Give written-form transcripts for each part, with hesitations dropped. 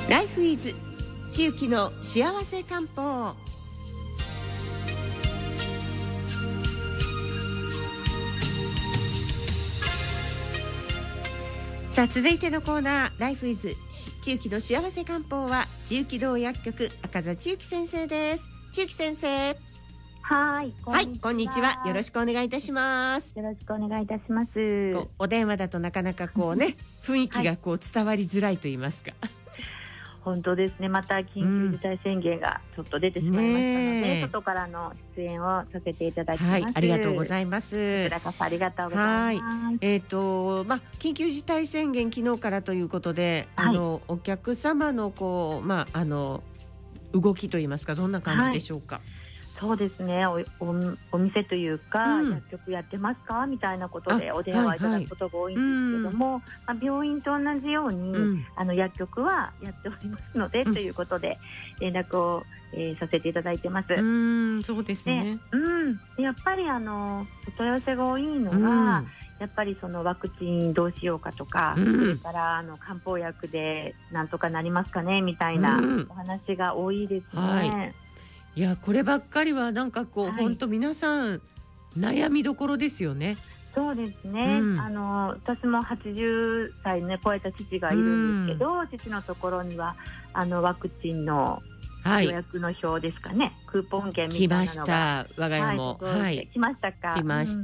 ライフイズ地域の幸せ漢方。さあ続いてのコーナー、ライフイズ地域の幸せ漢方は地域道薬局赤座千幸先生です。千幸先生。 はい、 こんにちは。よろしくお願いいたします。 よろしくお願いいたします。 お電話だとなかなかこうね雰囲気がこう伝わりづらいと言いますか。 本当ですね。また緊急事態宣言がちょっと出てしまいましたので、外からの出演をさせていただきます。 ありがとうございます。 こちらこそありがとうございます。 緊急事態宣言昨日からということで、お客様のこう動きといいますか、どんな感じでしょうか。 そうですね。お店というか、薬局やってますかみたいなことでお電話いただくことが多いんですけども、病院と同じように、薬局はやっておりますので、ということで連絡を、させていただいてます。 そうですね。 でやっぱりお問い合わせが多いのが、やっぱりそのワクチンどうしようかとか、それから漢方薬でなんとかなりますかねみたいなお話が多いですね。 いや、こればっかりはなんかこう、本当皆さん悩みどころですよね。 そうですね。私も80歳ね超えた父がいるんですけど、父のところにはワクチンの予約の表ですかね、クーポン券みたいなのが来ました。我が家も、 来ましたか。 来ました。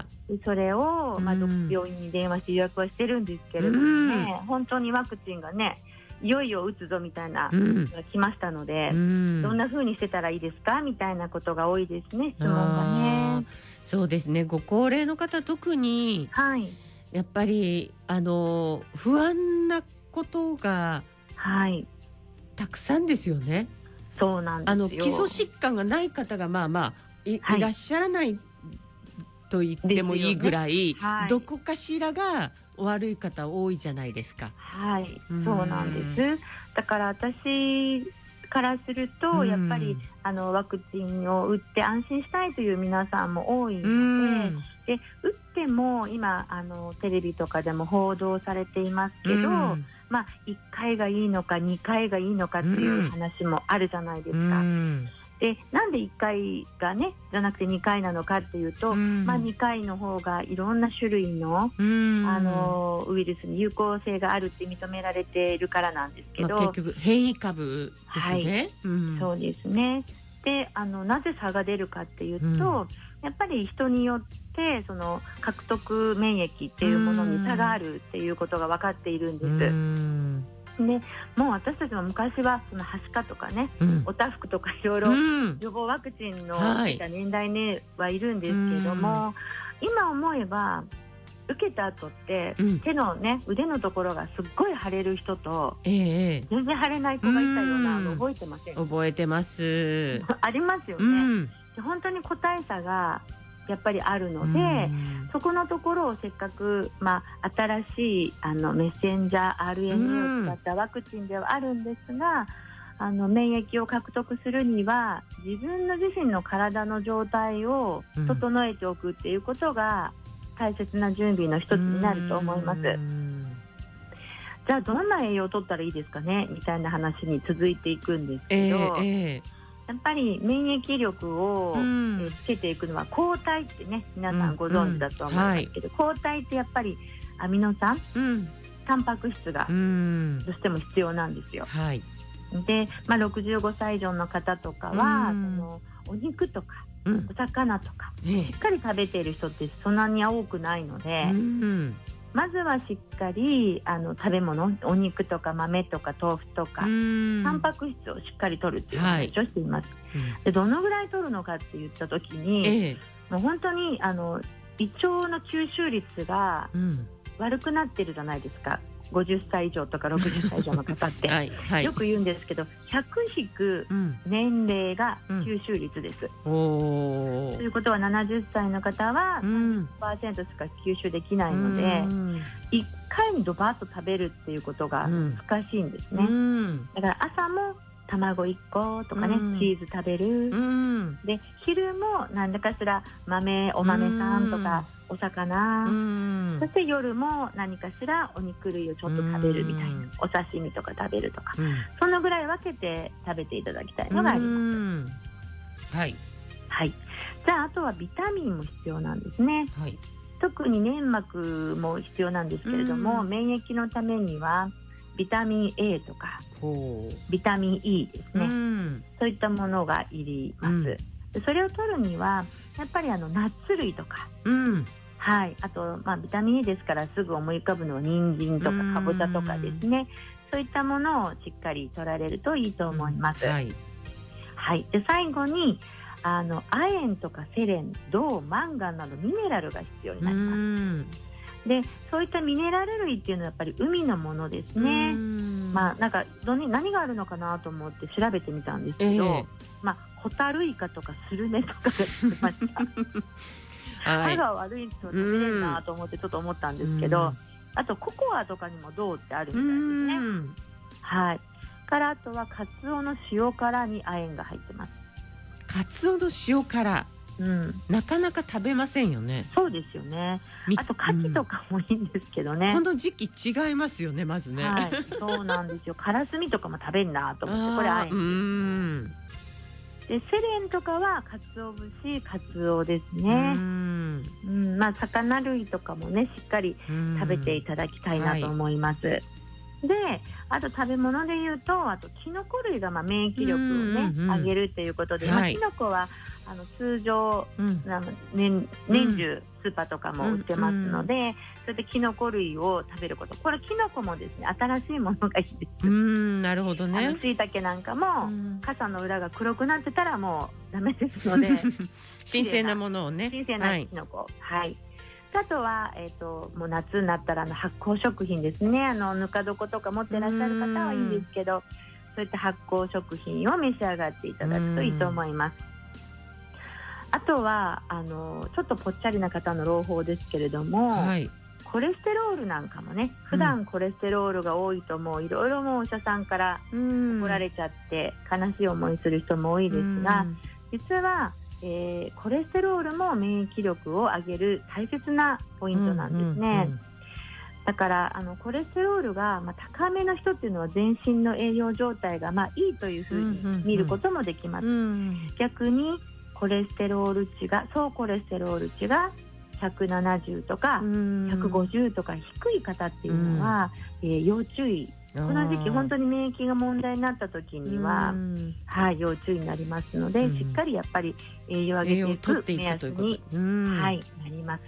それを、病院に電話して予約はしてるんですけれどもね、本当にワクチンがねいよいよ打つぞみたいなのが来ましたので、どんな風にしてたらいいですかみたいなことが多いですね、質問がね。そうですね。 ご高齢の方特に、やっぱり不安なことがたくさんですよね。 そうなんですよ。 基礎疾患がない方がいらっしゃらないと言ってもいいぐらい、どこかしらが悪い方多いじゃないですか。 そうなんです。だから私からすると、やっぱりワクチンを打って安心したいという皆さんも多いので、打っても今テレビとかでも報道されていますけど、1回がいいのか2回がいいのかっていう話もあるじゃないですか。でなんで1回がねじゃなくて2回なのかっていうと、2回の方がいろんな種類のウイルスに有効性があるって認められているからなんですけど、 結局変異株ですね。 そうですね。でなぜ差が出るかっていうと、やっぱり人によってその獲得免疫っていうものに差があるっていうことが分かっているんです。でもう私たちも昔はそのはしかとかね、おたふくとかいろいろ予防ワクチンの受けた年代ねはいるんですけども、今思えば受けた後って手のね腕のところがすっごい腫れる人と、全然腫れない子がいたようなの覚えてませんか？ 覚えてますありますよね。本当に個体差がやっぱりあるので、そこのところをせっかく、新しいメッセンジャー RNA を使ったワクチンではあるんですが、免疫を獲得するには自分の自身の体の状態を整えておくっていうことが大切な準備の一つになると思います。じゃあどんな栄養を取ったらいいですかねみたいな話に続いていくんですけど、やっぱり免疫力をつけていくのは抗体ってね、皆さんご存知だと思いますけど、抗体ってやっぱりアミノ酸、タンパク質がどうしても必要なんですよ。で、65歳以上の方とかは、そのお肉とかお魚とかしっかり食べている人ってそんなに多くないので、まずはしっかり食べ物、お肉とか豆とか豆腐とかタンパク質をしっかり摂るっていう話をしています。でどのぐらい摂るのかって言った時に、もう本当に胃腸の吸収率が悪くなってるじゃないですか。50歳以上とか60歳以上の方ってよく言うんですけど、100引く年齢が吸収率です。ということは70歳の方は 30% しか吸収できないので、1回にドバッと食べるっていうことが難しいんですね。だから朝も卵1個とかね、チーズ食べる、で昼も何らかしらお豆さんとかお魚、そして夜も何かしらお肉類をちょっと食べるみたいな、お刺身とか食べるとか、そのぐらい分けて食べていただきたいのがあります。はい、はい、じゃああとはビタミンも必要なんですね。はい、特に粘膜も必要なんですけれども、免疫のためにはビタミン A とかビタミン E ですね、そういったものがいります。でそれを取るにはやっぱりナッツ類とか、はい、あと、ビタミン E ですからすぐ思い浮かぶのは人参とかかぼちゃとかですね、そういったものをしっかり取られるといいと思います。はいはい、で最後に亜鉛とかセレン、銅、マンガンなどミネラルが必要になります。でそういったミネラル類っていうのはやっぱり海のものですね。なんか何があるのかなと思って調べてみたんですけど、ホタルイカとかスルメとかが出ました歯が悪い人は食べれるなと思ってちょっと思ったんですけど、あとココアとかにも銅ってあるみたいですね。はい、からあとはカツオの塩辛に亜鉛が入ってます。カツオの塩辛、なかなか食べませんよね。そうですよね。あと牡蠣とかもいいんですけどね、この時期違いますよね、まずね。はい、そうなんですよ。カラスミとかも食べんなと思って、これ亜鉛で、セレンとかはカツオ節、カツオですね。魚類とかもねしっかり食べていただきたいなと思います。であと食べ物でいうと、あとキノコ類が免疫力をね上げるということで、キノコは通常、年中スーパーとかも売ってますので、それでキノコ類を食べること、これキノコもですね新しいものがいいです。なるほどね。椎茸なんかも傘の裏が黒くなってたらもうダメですので新鮮なものをね、新鮮なキノコ、はい、あとは、もう夏になったら発酵食品ですね。ぬか床とか持ってらっしゃる方はいいんですけど、そういった発酵食品を召し上がっていただくといいと思います。あとはちょっとぽっちゃりな方の朗報ですけれども、コレステロールなんかもね、普段コレステロールが多いともういろいろもうお医者さんから怒られちゃって悲しい思いする人も多いですが、実はコレステロールも免疫力を上げる大切なポイントなんですね。だからコレステロールが高めの人っていうのは全身の栄養状態がいいというふうに見ることもできます。逆に総コレステロール値が170とか150とか低い方っていうのは、要注意。この時期本当に免疫が問題になった時には、要注意になりますので、しっかりやっぱり栄養を上げていく目安に、なります。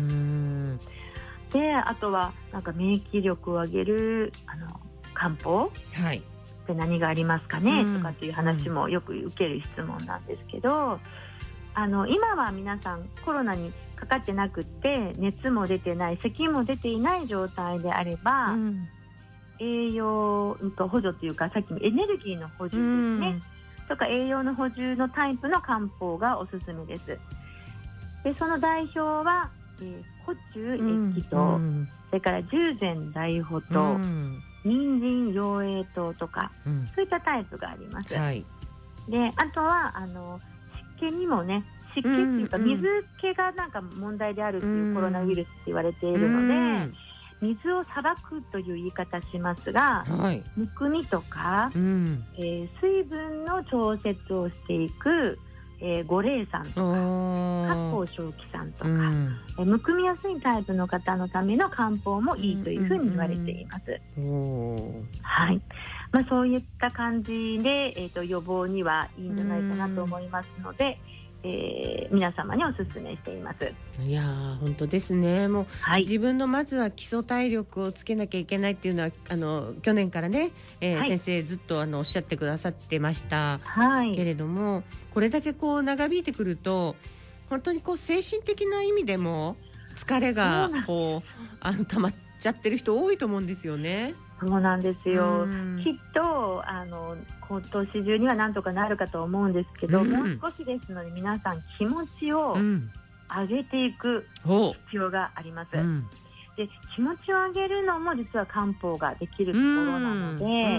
であとはなんか免疫力を上げる漢方、って何がありますかね、とかっていう話もよく受ける質問なんですけど、今は皆さんコロナにかかってなくって熱も出てない咳も出ていない状態であれば、栄養補助というかさっきのエネルギーの補充ですね、とか栄養の補充のタイプの漢方がおすすめです。でその代表は、補中益糖、それから従前大補糖、人参養栄糖とか、そういったタイプがあります。であとは湿気にもね、湿気っていうか水気がなんか問題であるっていうコロナウイルスって言われているので、水をさばくという言い方しますが、むくみとか、水分の調節をしていく、五苓散とか発酵正気散とか、むくみやすいタイプの方のための漢方もいいというふうに言われています。そういった感じで、予防にはいいんじゃないかなと思いますので、皆様にお勧めしています。いやー本当ですね。もう、自分のまずは基礎体力をつけなきゃいけないっていうのは去年からね、先生ずっとおっしゃってくださってました、けれども、これだけこう長引いてくると本当にこう精神的な意味でも疲れがこう溜まっちゃってる人多いと思うんですよね。そうなんですよ。きっと今年中にはなんとかなるかと思うんですけど、もう少しですので皆さん気持ちを上げていく必要があります。で気持ちを上げるのも実は漢方ができるところなので、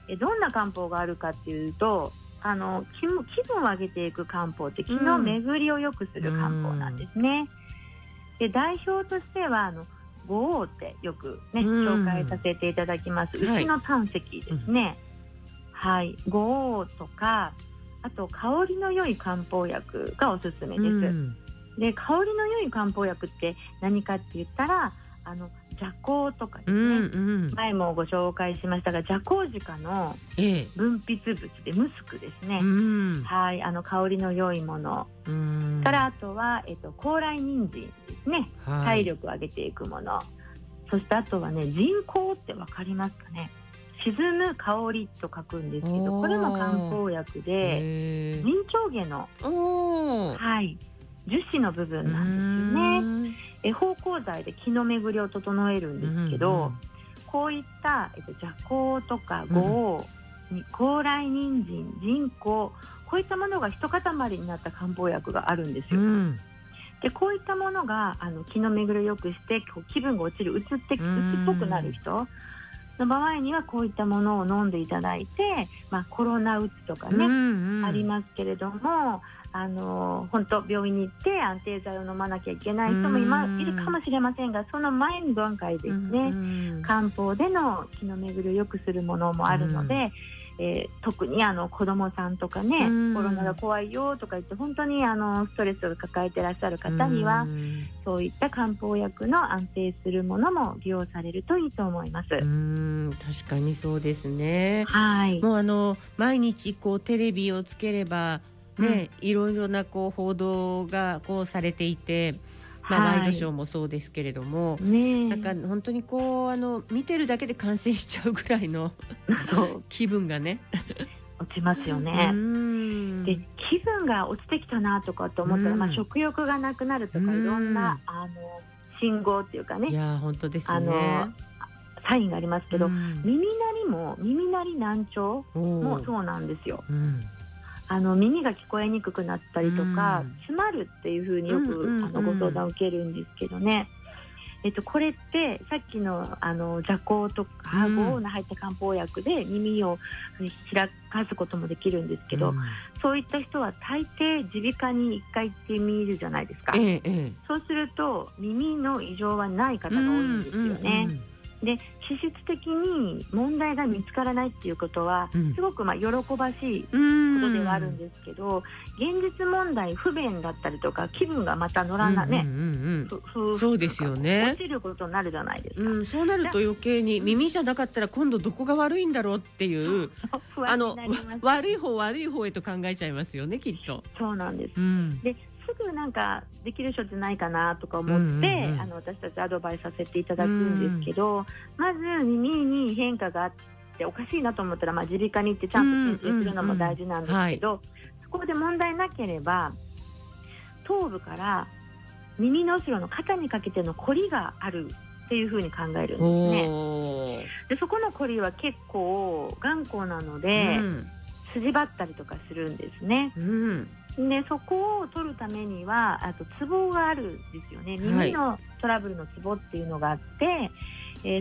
どんな漢方があるかっていうと、気分を上げていく漢方って気の巡りを良くする漢方なんですね。で代表としては五黄ってよくね紹介させていただきます、牛の胆石ですね。はい、五黄とか、あと香りの良い漢方薬がおすすめです。で香りの良い漢方薬って何かって言ったら麝香とかですね、前もご紹介しましたが麝香鹿の分泌物でムスクですね、はい、香りの良いものからあとは、高麗人参ですね、体力を上げていくもの、そしてあとはね人香ってわかりますかね。沈む香りと書くんですけど、これも漢方薬で人長下の、はい、樹脂の部分なんですよね。芳香剤で気の巡りを整えるんですけど、こういった麝香とか五黄、高麗人参、人香、こういったものが一塊になった漢方薬があるんですよ。でこういったものが気の巡りを良くして気分が落ちる、うつっぽくなる人の場合にはこういったものを飲んでいただいて、コロナうつとかね、ありますけれども、本当病院に行って安定剤を飲まなきゃいけない人もいるかもしれませんが、その前の段階ですね、漢方での気の巡りを良くするものもあるので、特に子どもさんとかね、コロナが怖いよとか言って本当にストレスを抱えていらっしゃる方には、そういった漢方薬の安定するものも利用されるといいと思います。 確かにそうですね。 はい、 もう毎日テレビをつければね、いろいろな報道がされていて、ワイドショーもそうですけれども、なんか本当に見てるだけで感染しちゃうぐらいの気分がね落ちますよね。で気分が落ちてきたなとかと思ったら、食欲がなくなるとか、いろんな信号っていうかね、 いや本当ですね、 サインがありますけど、耳鳴り難聴もそうなんですよ。耳が聞こえにくくなったりとか、詰まるっていう風によくご相談を受けるんですけどね、これってさっきの麝香とか五黄の入った漢方薬で耳を開かすこともできるんですけど、そういった人は大抵耳鼻科に1回行ってみるじゃないですか。そうすると耳の異常はない方が多いんですよね。で気質的に問題が見つからないっていうことは、すごく喜ばしいことではあるんですけど、現実問題不便だったりとか気分がまた乗らないね、 そうですよね、 落ちることになるじゃないですか。 そうなると余計に耳じゃなかったら今度どこが悪いんだろうっていう悪い方へと考えちゃいますよね、きっと。 そうなんです。ですぐなんかできる人ってないかなとか思って、私たちアドバイスさせていただくんですけど、まず耳に変化があっておかしいなと思ったら、耳鼻科に行ってちゃんと検定するのも大事なんですけど、そこで問題なければ頭部から耳の後ろの肩にかけてのコリがあるっていうふうに考えるんですね。でそこのコリは結構頑固なので、筋張ったりとかするんですね。でそこを取るためにはツボがあるんですよね。耳のトラブルのツボっていうのがあって、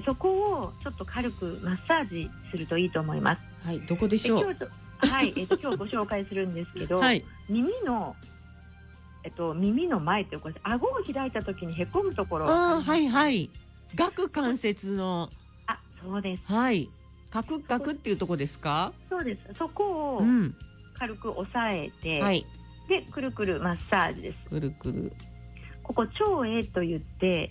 そこをちょっと軽くマッサージするといいと思います。 どこでしょう。 今日ご紹介するんですけど、耳の前っていうか顎を開いた時にへこむところ、 顎関節の、 そうです。 カクカクっていうとこですか。そうです。 そこを軽く押さえて、でくるくるマッサージです。 くるくる。 ここ腸影と言って、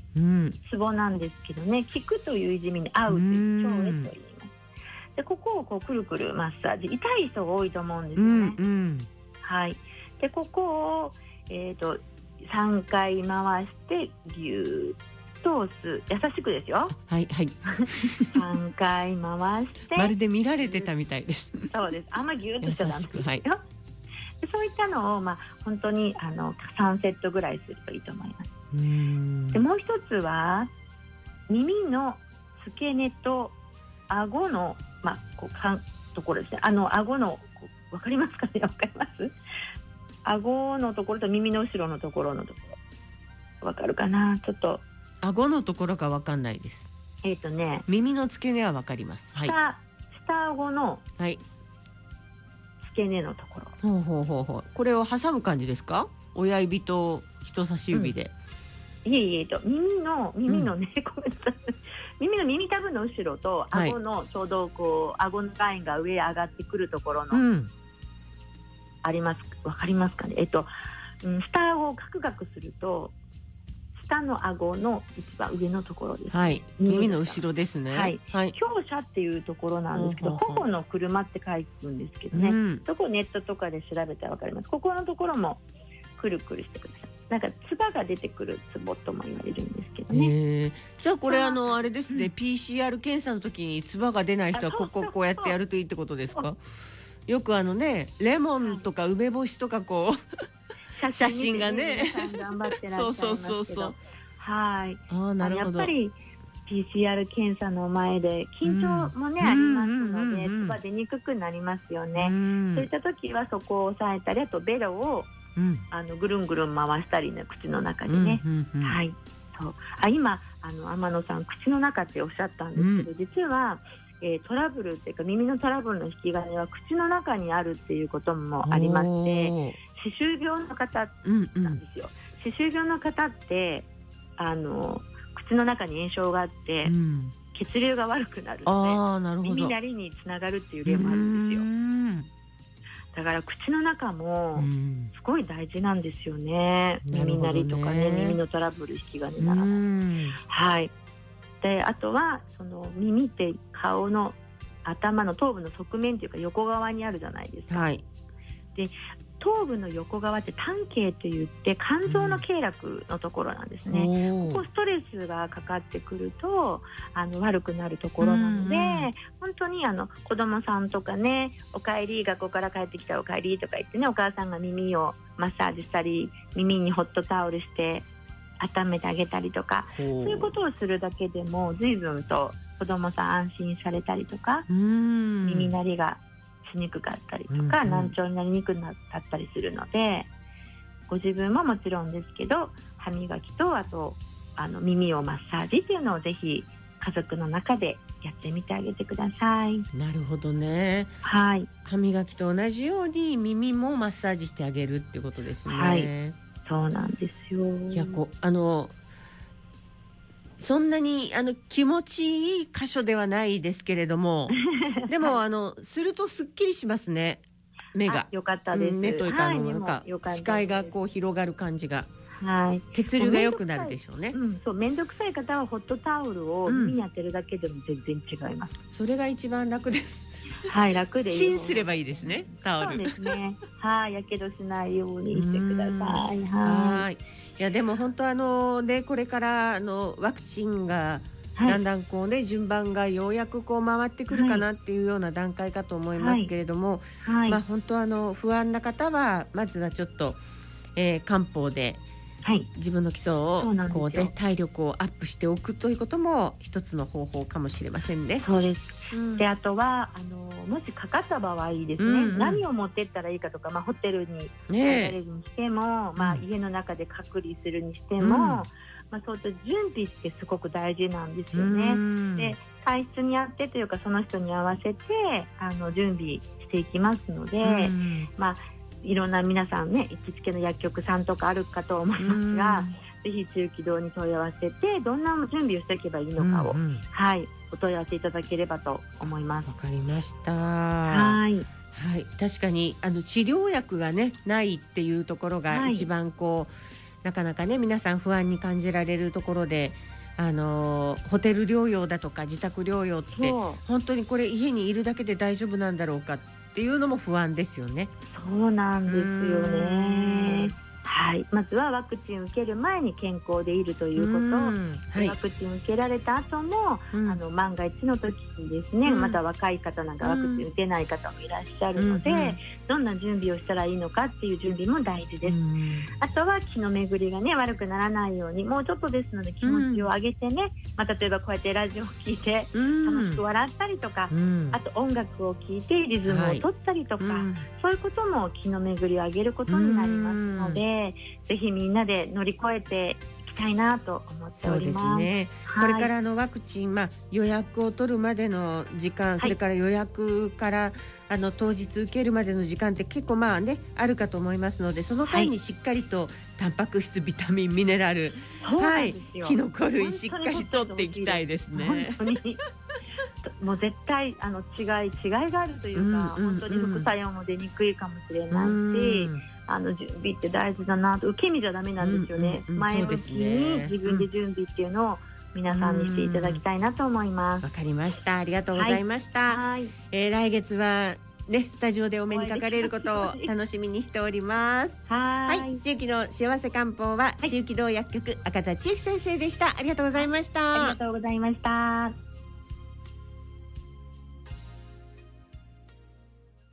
ツボなんですけどね、効くという意味に合うという腸影と言います。でここをくるくるマッサージ、痛い人が多いと思うんですよね。でここを、3回回してギューッと押す。優しくですよ。3回回してまるで見られてたみたいです。 そうです。あんまギューッとしたらダメですよ。そういったのを本当に3セットぐらいするといいと思います。でもう一つは耳の付け根と顎のところですね。顎のわかりますかね。わかります。顎のところと耳の後ろのところわかるかな。ちょっと顎のところがわかんないです。 耳の付け根はわかります。 下下顎の付け根のところ、 これを挟む感じですか？親指と人差し指で、 耳のね、ごめんなさい、耳たぶの後ろと顎のちょうどこう顎のラインが上へ上がってくるところの、あります、わかりますかね。下顎をカクカクすると下の顎の一番上のところです、 耳の後ろですね。 強者っていうところなんですけど、頬の車って書くんですけどね、そこネットとかで調べたらわかります。ここのところもくるくるしてください。なんか唾が出てくるツボとも言われるんですけどね。 じゃあこれあれですね、PCR 検査の時に唾が出ない人はこうやってやるといいってことですか？よくレモンとか梅干しとかこう写真がね、 頑張ってらっしゃいますけど、 そうやっぱり PCR 検査の前で緊張もね、ありますので、唾出にくくなりますよね。そういった時はそこを押さえたり、あとベロをぐるんぐるん回したりね、口の中でね。今天野さん口の中っておっしゃったんですけど、実はトラブルっていうか耳のトラブルの引き金は口の中にあるっていうこともありまして、歯周病の方なんですよ。歯周病の方って口の中に炎症があって、血流が悪くなるので耳鳴りにつながるっていう例もあるんですよ。だから口の中もすごい大事なんですよね。耳鳴りとかね、耳のトラブル引き金ならない。で、あとはその耳って顔の頭の頭部の側面というか横側にあるじゃないですか。で、頭部の横側って胆経といって肝臓の経絡のところなんですね。ここストレスがかかってくると悪くなるところなので、本当に子供さんとかね、おかえり、学校から帰ってきたらおかえりとか言ってね、お母さんが耳をマッサージしたり、耳にホットタオルして温めてあげたりとか、そういうことをするだけでも随分と子供さん安心されたりとか、耳鳴りがしにくかったりとか、難聴になりにくくなったりするので、ご自分ももちろんですけど、歯磨きとあと耳をマッサージっていうのをぜひ家族の中でやってみてあげてください。 なるほどね。歯磨きと同じように耳もマッサージしてあげるってことですね。 そうなんですよ。 いや、そんなに気持ちいい箇所ではないですけれどもでもするとすっきりしますね、目が。 よかったです。 目というかなんか視界がこう広がる感じが、血流が良くなるでしょうね。 面倒くさい方はホットタオルを耳に当てるだけでも全然違います。 それが一番楽で楽でチンすればいいですね、タオル。 そうですね。やけどしないようにしてください。 いや、でも本当これからワクチンがだんだんこうね、順番がようやくこう回ってくるかなっていうような段階かと思いますけれども、本当不安な方はまずはちょっと、漢方で自分の基礎をこうで体力をアップしておくということも一つの方法かもしれませんね。 そうです。で、あとはもしかかった場合ですね、何を持ってったらいいかとか、ホテルに帰られるにしても、家の中で隔離するにしても、そういった準備ってすごく大事なんですよね。で、体質にあってというか、その人に合わせて準備していきますので、いろんな皆さんね、行きつけの薬局さんとかあるかと思いますが、ぜひ中気道に問い合わせて、どんな準備をしていけばいいのかを、お問い合わせいただければと思います。 わかりました。確かに治療薬がねないっていうところが一番こう、なかなかね皆さん不安に感じられるところで、ホテル療養だとか自宅療養って本当にこれ家にいるだけで大丈夫なんだろうかっていうのも不安ですよね。 そうなんですよね。まずはワクチンを受ける前に健康でいるということ、ワクチンを受けられた後も、万が一の時にですね、また若い方なんかワクチン受けない方もいらっしゃるので、どんな準備をしたらいいのかっていう準備も大事です。あとは気の巡りがね悪くならないように、もうちょっとですので気持ちを上げてね、例えばこうやってラジオを聞いて楽しく笑ったりとか、あと音楽を聴いてリズムを取ったりとか、そういうことも気の巡りを上げることになりますので、 で、ぜひみんなで乗り越えていきたいなと思っております。 そうですね、これからワクチン、予約を取るまでの時間、それから予約から当日受けるまでの時間って結構あるかと思いますので、その間にしっかりとタンパク質、ビタミン、ミネラル、キノコ類しっかりとっていきたいですね。 本当にもう絶対違いがあるというか、本当に副作用も出にくいかもしれないし、準備って大事だなと、受け身じゃダメなんですよね。前向きに自分で準備っていうのを皆さんにしていただきたいなと思います。 わかりました。ありがとうございました。来月はね、スタジオでお目にかかれることを楽しみにしております。地域の幸せ漢方は、地域堂薬局赤田千恵先生でした。ありがとうございました。 ありがとうございました。